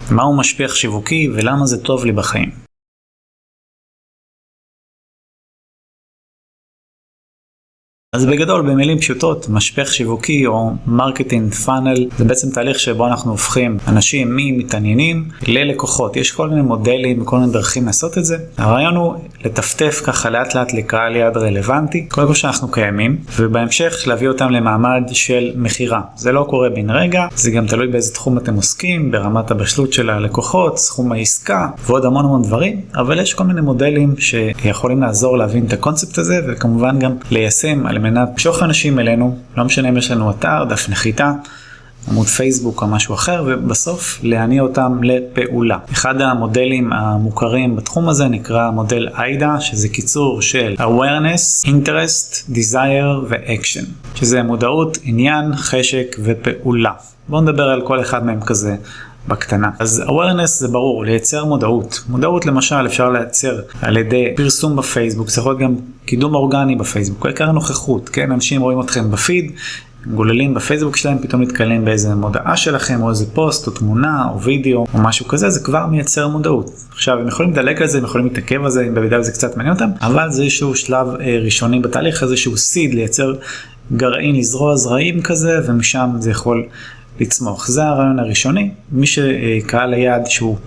מהו משפך שיווקי ולמה זה טוב לי בחיים. אז בגדול, במילים פשוטות, משפך שיווקי או מרקטינג פאנל זה בעצם תהליך שבו אנחנו הופכים אנשים ממתעניינים ללקוחות. יש כל מיני מודלים וכל מיני דרכים לעשות את זה. הרעיון הוא לטפטף ככה לאט לאט לקהל יעד רלוונטי, קודם כל שאנחנו קיימים, ובהמשך להביא אותם למעמד של מחירה. זה לא קורה בן רגע, זה גם תלוי באיזה תחום אתם עוסקים, ברמת הבשלות של הלקוחות, סכום העסקה ועוד המון דברים, אבל יש כל מיני מודלים שיכולים לעזור להבין את הקונספט הזה, וכמובן גם ליישם על מנת לשוך אנשים אלינו, לא משנה אם יש לנו אתר, דף נחיתה, עמוד פייסבוק או משהו אחר, ובסוף להניע אותם לפעולה. אחד המודלים המוכרים בתחום הזה נקרא מודל AIDA, שזה קיצור של awareness, interest, desire ו-action, שזה מודעות, עניין, חשק ופעולה. בואו נדבר על כל אחד מהם כזה בקטנה. אז awareness זה ברור, לייצר מודעות. מודעות למשל אפשר לייצר על ידי פרסום בפייסבוק, צריך להיות גם קידום אורגני בפייסבוק, העיקר נוכחות, כן? אנשים רואים אתכם בפיד, גוללים בפייסבוק שלהם, פתאום נתקלים באיזה מודעה שלכם, או איזה פוסט, או תמונה, או וידאו, או משהו כזה, זה כבר מייצר מודעות. עכשיו, הם יכולים לדלג על זה, הם יכולים להתעכב על זה, אם במידה זה קצת מעניין אותם, אבל זה איזשהו שלב ראשוני בתהליך, איזשהו סיד, לייצר גרעין, לזרוע זרעים כזה, ומשם זה יכול לצמוח. זה הרעיון הראשוני. מי שקהל היעד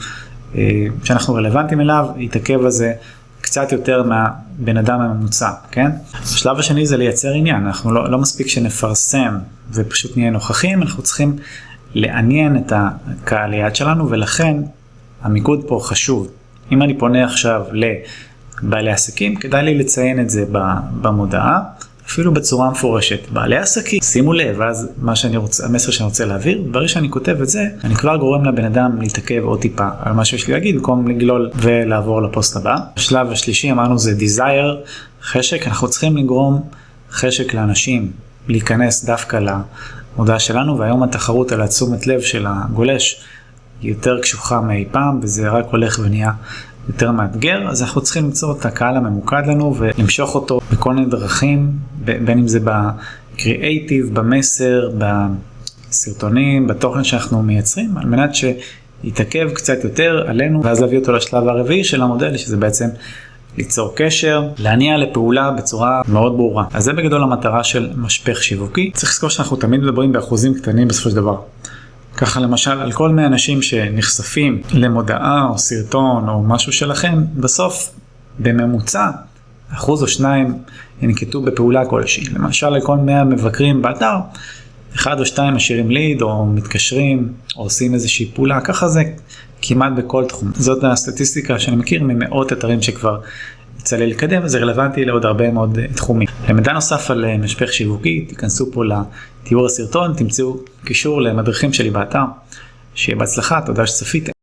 שאנחנו רלוונטיים אליו, יתעכב על זה קצת יותר מהבן אדם הממוצע, כן? השלב השני זה לייצר עניין. אנחנו לא מספיק שנפרסם ופשוט נהיה נוכחים, אנחנו צריכים לעניין את הקהל היעד שלנו, ולכן המיקוד פה חשוב. אם אני פונה עכשיו לבעלי עסקים, כדאי לי לציין את זה במודעה, אפילו בצורה מפורשת. בעלי עסקים, שימו לב, אז המסר שאני רוצה להעביר, ברגע שאני כותב את זה, אני כבר גורם לבן אדם להתעכב עוד טיפה על מה שיש לי להגיד, במקום לגלול ולעבור לפוסט הבא. השלב השלישי אמרנו זה desire, חשק. אנחנו צריכים לגרום חשק לאנשים להיכנס דווקא למודעה שלנו, והיום התחרות על התשומת לב של הגולש יותר קשוחה מאי פעם, וזה רק הולך ונהיה יותר מאתגר, אז אנחנו צריכים למצוא את הקהל הממוקד לנו ולמשוך אותו בכל מיני דרכים, בין אם זה בקריאייטיב, במסר, בסרטונים, בתוכן שאנחנו מייצרים, על מנת שיתעכב קצת יותר עלינו, ואז להביא אותו לשלב הרביעי של המודל, שזה בעצם ליצור קשר, להניע לפעולה בצורה מאוד ברורה. אז זה בגדול המטרה של משפך שיווקי. צריך לזכור שאנחנו תמיד מדברים באחוזים קטנים בסופו של דבר. ככה למשל, על כל 100 אנשים שנחשפים למודעה או סרטון או משהו שלכם, בסוף בממוצע 1 או 2 ינקטו בפעולה כלשהי. למשל, על כל 100 מבקרים באתר, 1 או 2 משאירים ליד או מתקשרים או עושים איזושהי פעולה. ככה זה כמעט בכל תחום. זאת הסטטיסטיקה שאני מכיר ממאות אתרים שכבר יצא לי לקדם, וזה רלוונטי לעוד הרבה מאוד תחומים. למידע נוסף על משפך שיווקי, תיכנסו פה לתיאור הסרטון, תמצאו קישור למדריכים שלי באתר. שיהיה בהצלחה, תודה שצפיתם.